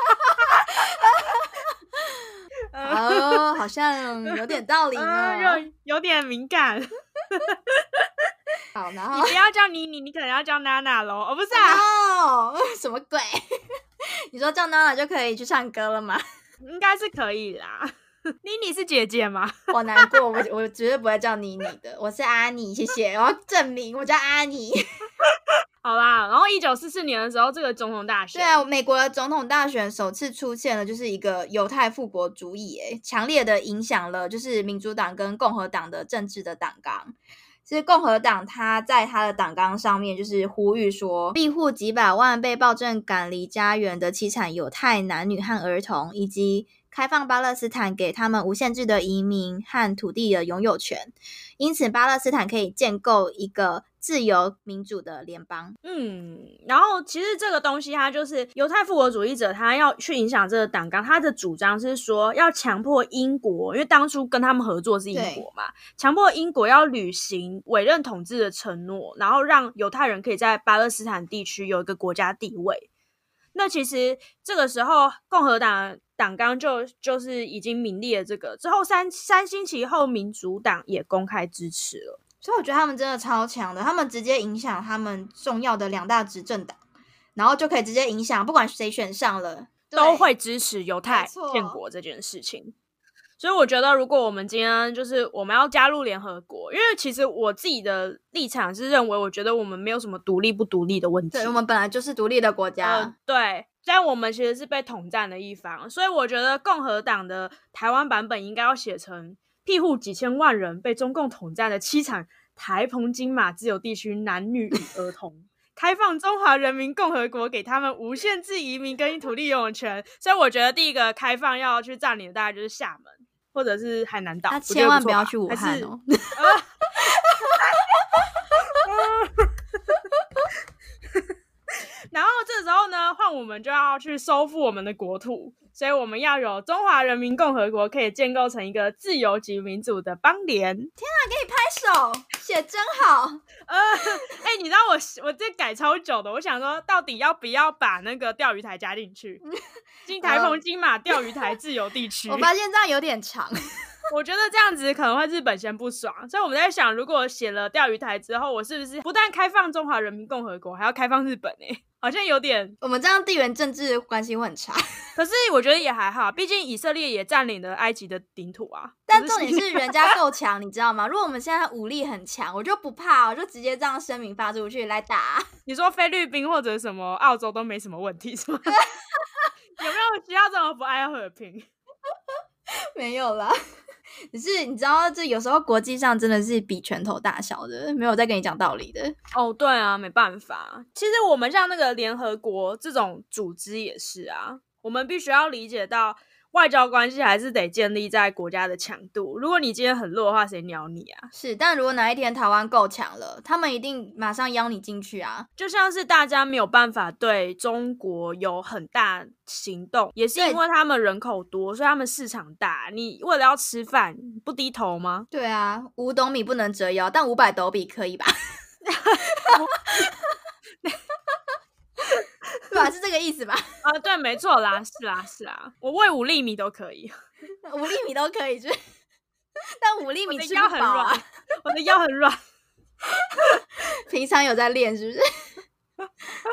好像有点道理呢， 有点敏感。 好，然后你不要叫妮妮，你可能要叫娜娜咯。不是啊， 什么鬼？你说叫娜娜就可以去唱歌了吗？ 应该是可以啦。妮妮是姐姐吗？ 我难过，我绝对不会叫妮妮的，我是阿妮，谢谢，我要证明我叫阿妮。 好啦，然后1944年的时候，这个总统大选， 对啊，美国的总统大选首次出现了，就是一个犹太复国主义，强烈的影响了就是民主党跟共和党的政治的党纲。其实共和党他在他的党纲上面就是呼吁说，庇护几百万被暴政赶离家园的凄惨犹太男女和儿童，以及开放巴勒斯坦给他们无限制的移民和土地的拥有权，因此巴勒斯坦可以建构一个自由民主的联邦。 然后其实这个东西它就是犹太复国主义者他要去影响这个党纲，他的主张是说要强迫英国，因为当初跟他们合作是英国嘛，强迫英国要履行委任统治的承诺，然后让犹太人可以在巴勒斯坦地区有一个国家地位。那其实这个时候共和党党纲就是已经明列了这个之后三星期后，民主党也公开支持了。 所以我觉得他们真的超强的，他们直接影响他们重要的2大执政党，然后就可以直接影响不管谁选上了都会支持犹太建国这件事情。所以我觉得如果我们今天就是我们要加入联合国，因为其实我自己的立场是认为我觉得我们没有什么独立不独立的问题， 对，我们本来就是独立的国家， 对，但我们其实是被统战的一方，所以我觉得共和党的台湾版本应该要写成庇护几千万人被中共统战的凄惨台澎金马自由地区男女与儿童开放中华人民共和国给他们无限制移民跟土地拥有权。所以我觉得第一个开放要去占领的大概就是厦门或者是海南岛， 他千万不要去武汉哦。 然后这时候呢，换我们就要去收复我们的国土，所以我们要有中华人民共和国可以建构成一个自由及民主的邦联。天啊，给你拍手，写真好。 你知道我这改超久的，我想说到底要不要把那个钓鱼台加进去？金台澎金马钓鱼台自由地区。 我发现这样有点长。 我觉得这样子可能会日本先不爽，所以我们在想，如果写了钓鱼台之后，我是不是不但开放中华人民共和国，还要开放日本好像有点， 我们这样地缘政治关系会很差。 可是我觉得也还好，毕竟以色列也占领了埃及的领土啊。 但重点是人家够强，你知道吗？如果我们现在武力很强，我就不怕，我就直接这样声明发出去来打。 你说菲律宾或者什么澳洲都没什么问题是吗？有没有需要这么不爱和平？ 没有啦。只是你知道这有时候国际上真的是比拳头大小的，没有在跟你讲道理的。 对啊，没办法。其实我们像那个联合国这种组织也是啊，我们必须要理解到外交关系还是得建立在国家的强度，如果你今天很弱的话，谁鸟你啊？ 是，但如果哪一天台湾够强了，他们一定马上邀你进去啊。 就像是大家没有办法对中国有很大行动，也是因为他们人口多，所以他们市场大，你为了要吃饭不低头吗？ 对啊，5斗米不能折腰，但500斗米可以吧？对吧？是这个意思吧？ 对，没错啦，是啦，我喂5粒米都可以 ，5粒米都可以，但5粒米吃不饱啊。 我的腰很软。 平常有在练是不是？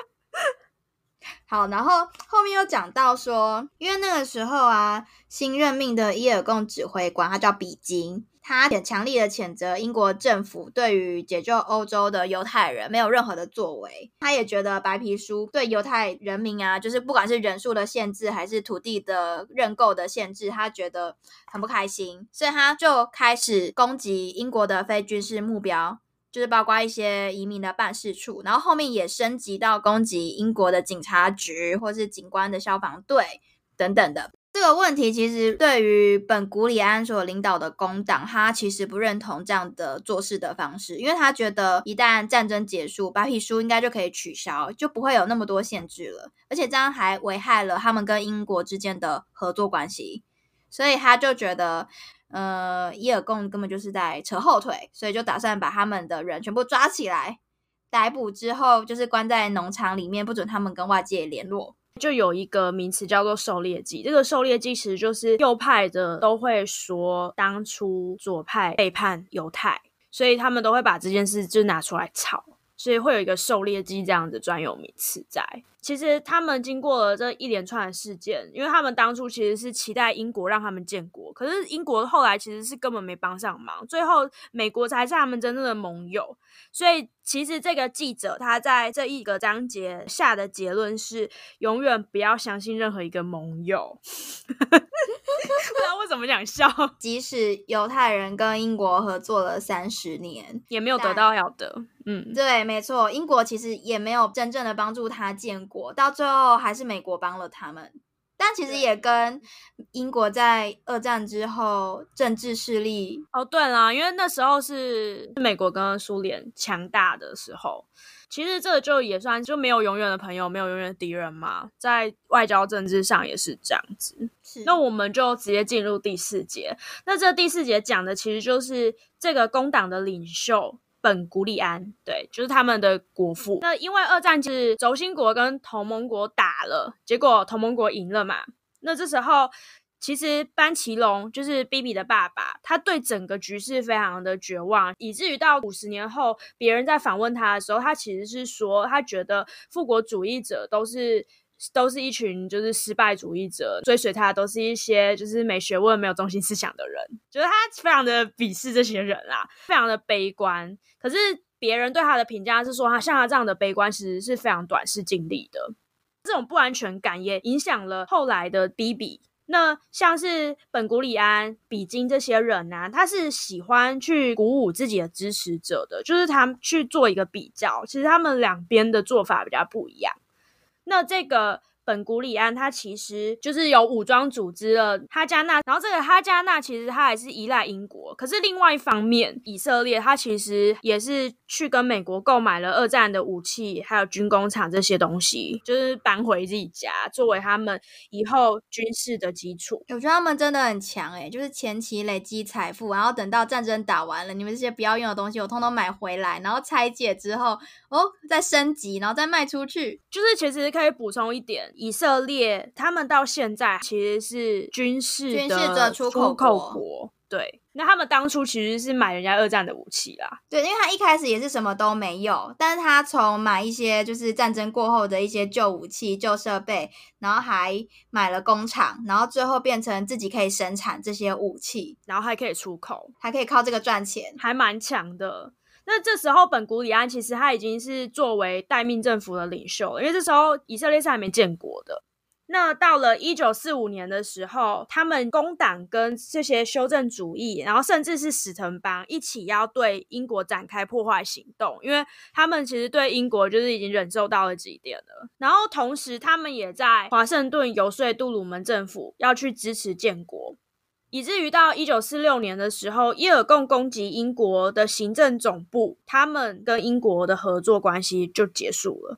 好，然后后面又讲到说，因为那个时候啊，新任命的伊尔贡指挥官他叫比金，他也强力的谴责英国政府对于解救欧洲的犹太人没有任何的作为。他也觉得白皮书对犹太人民啊，就是不管是人数的限制还是土地的认购的限制，他觉得很不开心，所以他就开始攻击英国的非军事目标，就是包括一些移民的办事处，然后后面也升级到攻击英国的警察局或是警官的消防队等等的。这个问题其实对于本古里安所领导的工党，他其实不认同这样的做事的方式，因为他觉得一旦战争结束，白皮书应该就可以取消，就不会有那么多限制了，而且这样还危害了他们跟英国之间的合作关系，所以他就觉得伊尔贡根本就是在扯后腿，所以就打算把他们的人全部抓起来，逮捕之后就是关在农场里面，不准他们跟外界联络。 就有一个名词叫做狩猎季，这个狩猎季其实就是右派的都会说当初左派背叛犹太，所以他们都会把这件事就拿出来吵，所以会有一个狩猎季这样的专有名词在。其实他们经过了这一连串的事件，因为他们当初其实是期待英国让他们建国，可是英国后来其实是根本没帮上忙，最后美国才是他们真正的盟友。所以其实这个记者他在这一个章节下的结论是永远不要相信任何一个盟友。不知道为什么想笑。 即使犹太人跟英国合作了30年， 也没有得到要的。 对，没错，英国其实也没有真正的帮助他建国，到最后还是美国帮了他们。但其实也跟英国在2战之后政治势力对啦，因为那时候是美国跟苏联强大的时候，其实这个就也算就没有永远的朋友，没有永远的敌人嘛，在外交政治上也是这样子。那我们就直接进入第4节。那这第4节讲的其实就是这个工党的领袖本古里安，对，就是他们的国父。那因为2战是轴心国跟同盟国打了，结果同盟国赢了嘛。那这时候其实班奇隆就是比比的爸爸，他对整个局势非常的绝望，以至于到50年后别人在访问他的时候，他其实是说他觉得复国主义者都是一群就是失败主义者，追随他的都是一些就是没学问没有中心思想的人，就是他非常的鄙视这些人啦，非常的悲观。可是别人对他的评价是说像他这样的悲观其实是非常短视近利的，这种不安全感也影响了后来的比比。那像是本古里安、比金这些人啊，他是喜欢去鼓舞自己的支持者的，就是他们去做一个比较，其实他们两边的做法比较不一样。那这个本古里安他其实就是有武装组织了哈加纳，然后这个哈加纳其实他还是依赖英国，可是另外一方面以色列他其实也是去跟美国购买了2战的武器还有军工厂这些东西，就是搬回自己家作为他们以后军事的基础。 我觉得他们真的很强就是前期累积财富，然后等到战争打完了，你们这些不要用的东西我通通买回来，然后拆解之后再升级，然后再卖出去。 就是其实可以补充一点，以色列他们到现在其实是军事的出口国，对，那他们当初其实是买人家2战的武器啦。 对，因为他一开始也是什么都没有，但是他从买一些就是战争过后的一些旧武器旧设备，然后还买了工厂，然后最后变成自己可以生产这些武器， 然后还可以出口， 还可以靠这个赚钱， 还蛮强的。那这时候本古里安其实他已经是作为代命政府的领袖了，因为这时候以色列是还没建国的。那到了1945年的时候，他们工党跟这些修正主义，然后甚至是史滕邦一起要对英国展开破坏行动，因为他们其实对英国就是已经忍受到了极点了。然后同时他们也在华盛顿游说杜鲁门政府要去支持建国，以至于到1946年的时候，伊尔贡攻击英国的行政总部，他们跟英国的合作关系就结束了。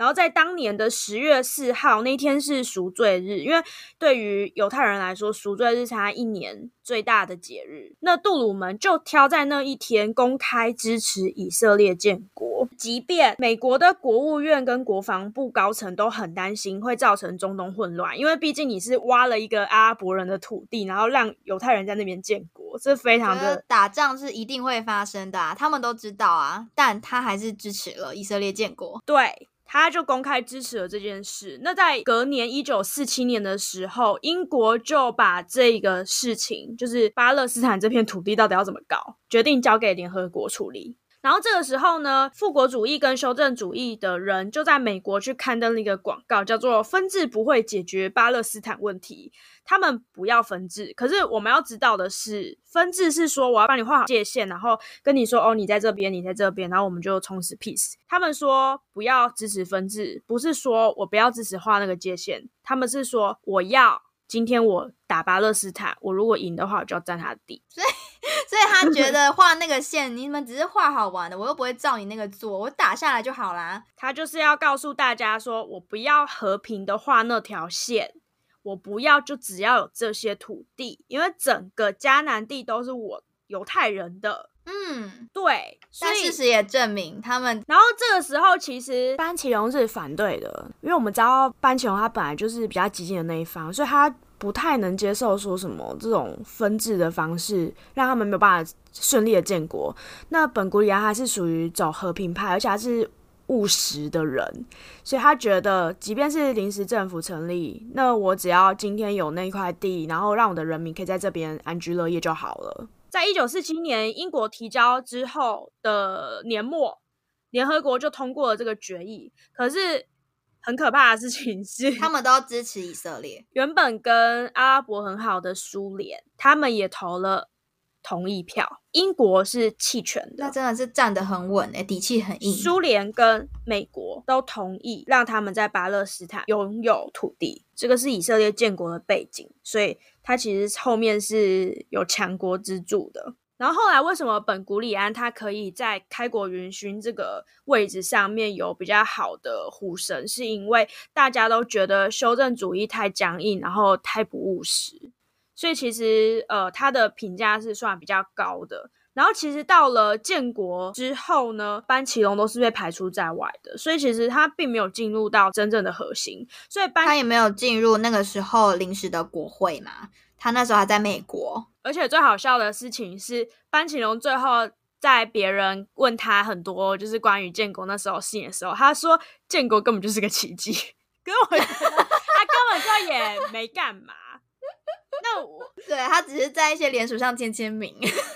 然后在当年的10月4号那天是赎罪日，因为对于犹太人来说，赎罪日是他一年最大的节日。那杜鲁门就挑在那一天公开支持以色列建国，即便美国的国务院跟国防部高层都很担心会造成中东混乱，因为毕竟你是挖了一个阿拉伯人的土地，然后让犹太人在那边建国，这非常的打仗是一定会发生的啊，他们都知道啊，但他还是支持了以色列建国。 对，他就公开支持了这件事。那在隔年1947年的时候，英国就把这个事情，就是巴勒斯坦这片土地到底要怎么搞，决定交给联合国处理。然后这个时候呢，复国主义跟修正主义的人就在美国去刊登了一个广告，叫做分治不会解决巴勒斯坦问题，他们不要分治。可是我们要知道的是，分治是说我要帮你画好界限，然后跟你说哦，你在这边你在这边，然后我们就从此 peace。他们说不要支持分治，不是说我不要支持画那个界限，他们是说我要今天我打巴勒斯坦，我如果赢的话我就要占他的地。 所以他觉得画那个线你们只是画好玩的，我又不会照你那个做，我打下来就好啦。 他就是要告诉大家说，我不要和平的画那条线，我不要就只要有这些土地，因为整个迦南地都是我犹太人的。对， 但事实也证明他们。 然后这个时候其实班奇隆是反对的，因为我们知道班奇隆他本来就是比较激进的那一方，所以他不太能接受说什么这种分治的方式让他们没有办法顺利的建国。那本古里安他是属于走和平派，而且他是务实的人，所以他觉得即便是临时政府成立，那我只要今天有那块地，然后让我的人民可以在这边安居乐业就好了。在1947年英国提交之后的年末，联合国就通过了这个决议。可是很可怕的事情是， 他们都支持以色列。 原本跟阿拉伯很好的苏联，他们也投了同意票，英国是弃权的。 那真的是站得很稳底气很硬。 苏联跟美国都同意让他们在巴勒斯坦拥有土地，这个是以色列建国的背景，所以它其实后面是有强国之助的。然后后来为什么本古里安他可以在开国元勋这个位置上面有比较好的呼声，是因为大家都觉得修正主义太僵硬，然后太不务实，所以其实他的评价是算比较高的。然后其实到了建国之后呢，班奇隆都是被排除在外的，所以其实他并没有进入到真正的核心，所以他也没有进入那个时候临时的国会嘛，他那时候还在美国。 而且最好笑的事情是，班奇隆最后在别人问他很多就是关于建国那时候事情的时候，他说建国根本就是个奇迹，可是我觉得他根本就也没干嘛。那对，他只是在一些联署上签名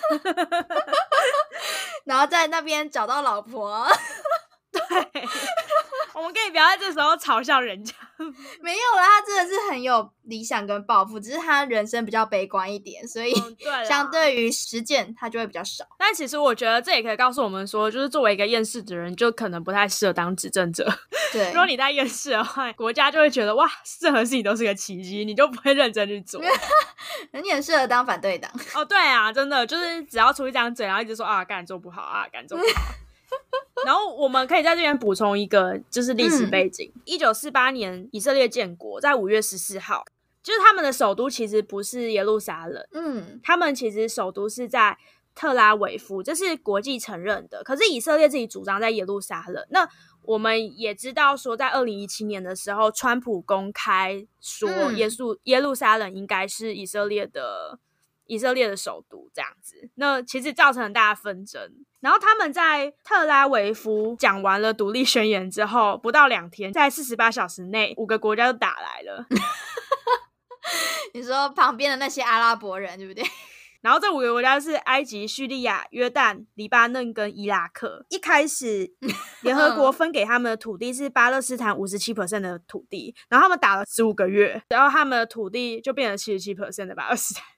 然后在那边找到老婆对，我们可以不要在这时候嘲笑人家没有啦，他真的是很有理想跟抱负，只是他人生比较悲观一点，所以相对于实践他就会比较少。 但其实我觉得这也可以告诉我们说，就是作为一个厌世的人，就可能不太适合当执政者。 对， 如果你在厌世的话，国家就会觉得哇，任何事情都是个奇迹，你就不会认真去做你很适合当反对党哦，对啊，真的就是只要出一张嘴，然后一直说啊干做不好啊干做不好然后我们可以在这边补充一个就是历史背景，1948年以色列建国，在5月14号，就是他们的首都其实不是耶路撒冷，他们其实首都是在特拉维夫，这是国际承认的，可是以色列自己主张在耶路撒冷。那我们也知道说，在2017年的时候，川普公开说耶路撒冷应该是以色列的首都这样子，那其实造成很大的纷争。然后他们在特拉维夫讲完了独立宣言之后，不到2天，在48小时内5个国家就打来了你说旁边的那些阿拉伯人对不对？ 然后这5个国家是埃及、叙利亚、约旦、黎巴嫩跟伊拉克。一开始联合国分给他们的土地是巴勒斯坦 57% 的土地，然后他们打了15个月，然后他们的土地就变成 77% 的巴勒斯坦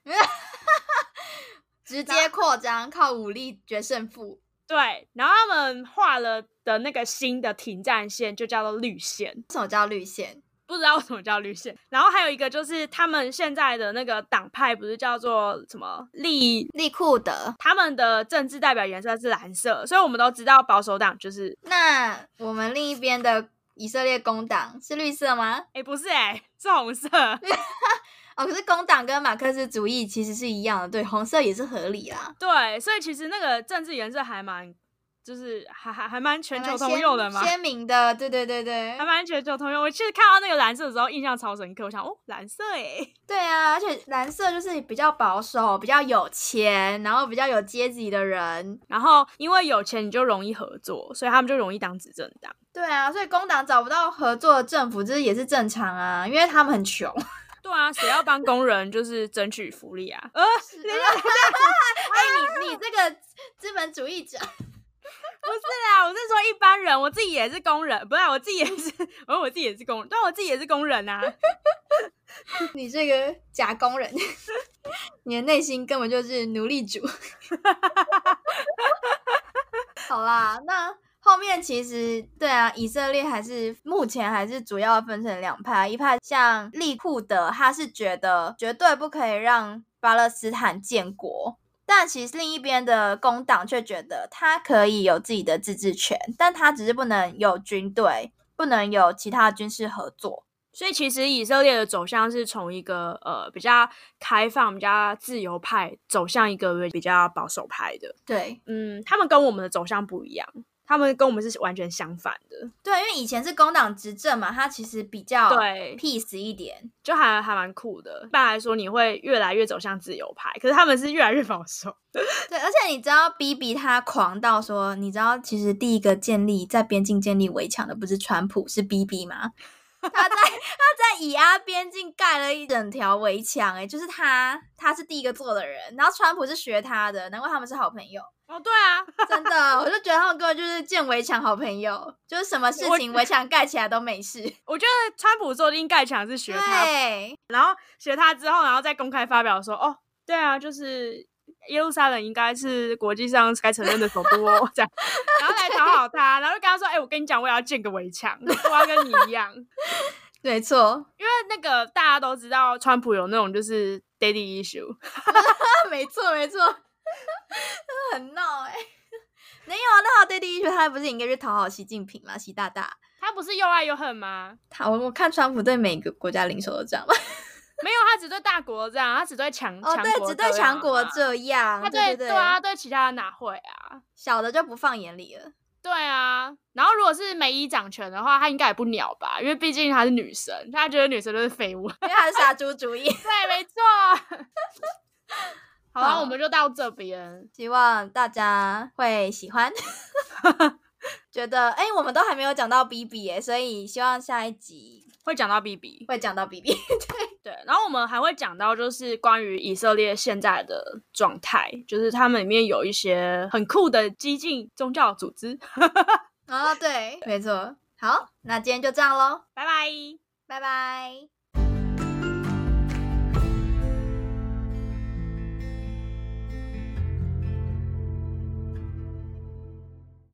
直接扩张，靠武力决胜负。 对，然后他们画了的那个新的停战线就叫做绿线。 为什么叫绿线？ 不知道为什么叫绿线。然后还有一个就是他们现在的那个党派不是叫做什么利库德， 他们的政治代表颜色是蓝色，所以我们都知道保守党就是。 那我们另一边的以色列工党是绿色吗？ 不是是红色。 哦，可是工党跟马克思主义其实是一样的，对，红色也是合理啦。 对，所以其实那个政治颜色还蛮，就是还蛮全球通用的嘛， 鲜明的，对对对对， 还蛮全球通用。我其实看到那个蓝色的时候印象超深刻，我想蓝色对啊，而且蓝色就是比较保守，比较有钱，然后比较有阶级的人， 然后因为有钱你就容易合作，所以他们就容易当执政党。 对啊，所以工党找不到合作的政府，这也是正常啊，因为他们很穷。 对啊，谁要帮工人就是争取福利啊？ 你这个资本主义者。 不是啦，我是说一般人，我自己也是工人，不是我自己也是，我自己也是工人，对，我自己也是工人啊。 你这个假工人，你的内心根本就是奴隶主。好啦，那后面其实对啊，以色列目前还是主要分成两派，一派像利库德，他是觉得绝对不可以让巴勒斯坦建国，但其实另一边的工党却觉得他可以有自己的自治权，但他只是不能有军队，不能有其他军事合作。 所以其实以色列的走向是从一个比较开放、比较自由派走向一个比较保守派的。 对， 他们跟我们的走向不一样，他们跟我们是完全相反的。 对，因为以前是工党执政嘛，它其实比较对 peace 一点， 就还蛮酷的。一般来说，你会越来越走向自由派，可是他们是越来越保守。 对，而且你知道 BB 他狂到说，你知道其实第一个在边境建立围墙的不是川普，是 BB 吗？他在以阿边境盖了一整条围墙，就是他是第一个做的人，然后川普是学他的，难怪他们是好朋友。 哦，对啊， 真的，我就觉得他们根本就是建围墙好朋友，就是什么事情围墙盖起来都没事。 我觉得川普说不定盖墙是学他， 对， 然后学他之后，然后再公开发表说，哦，对啊，就是耶路撒冷应该是国际上该承认的首都哦，这样，然后来讨好他，然后就跟他说，我跟你讲，我也要建个围墙，我要跟你一样。 没错， 因为那个大家都知道，川普有那种就是 daddy issue。 没错没错，很闹没有啊，那他 daddy issue 他不是应该去讨好习近平吗？习大大， 他不是又爱又恨吗？ 我看川普对每个国家领袖都这样吗？ 没有，他只对大国这样，他只对强国对，只对强国这样。 他对啊，对其他的哪会啊？ 小的就不放眼里了。 对啊，然后如果是梅姨掌权的话，他应该也不鸟吧？因为毕竟她是女神，他觉得女神都是废物， 因为他是杀猪主义。 对，没错。好了，我们就到这边， 希望大家会喜欢。觉得我们都还没有讲到 BB 所以希望下一集会讲到 BB， 会讲到 BB。 对，然后我们还会讲到就是关于以色列现在的状态，就是他们里面有一些很酷的激进宗教组织。 对，没错。好，那今天就这样咯， 拜拜， 拜拜。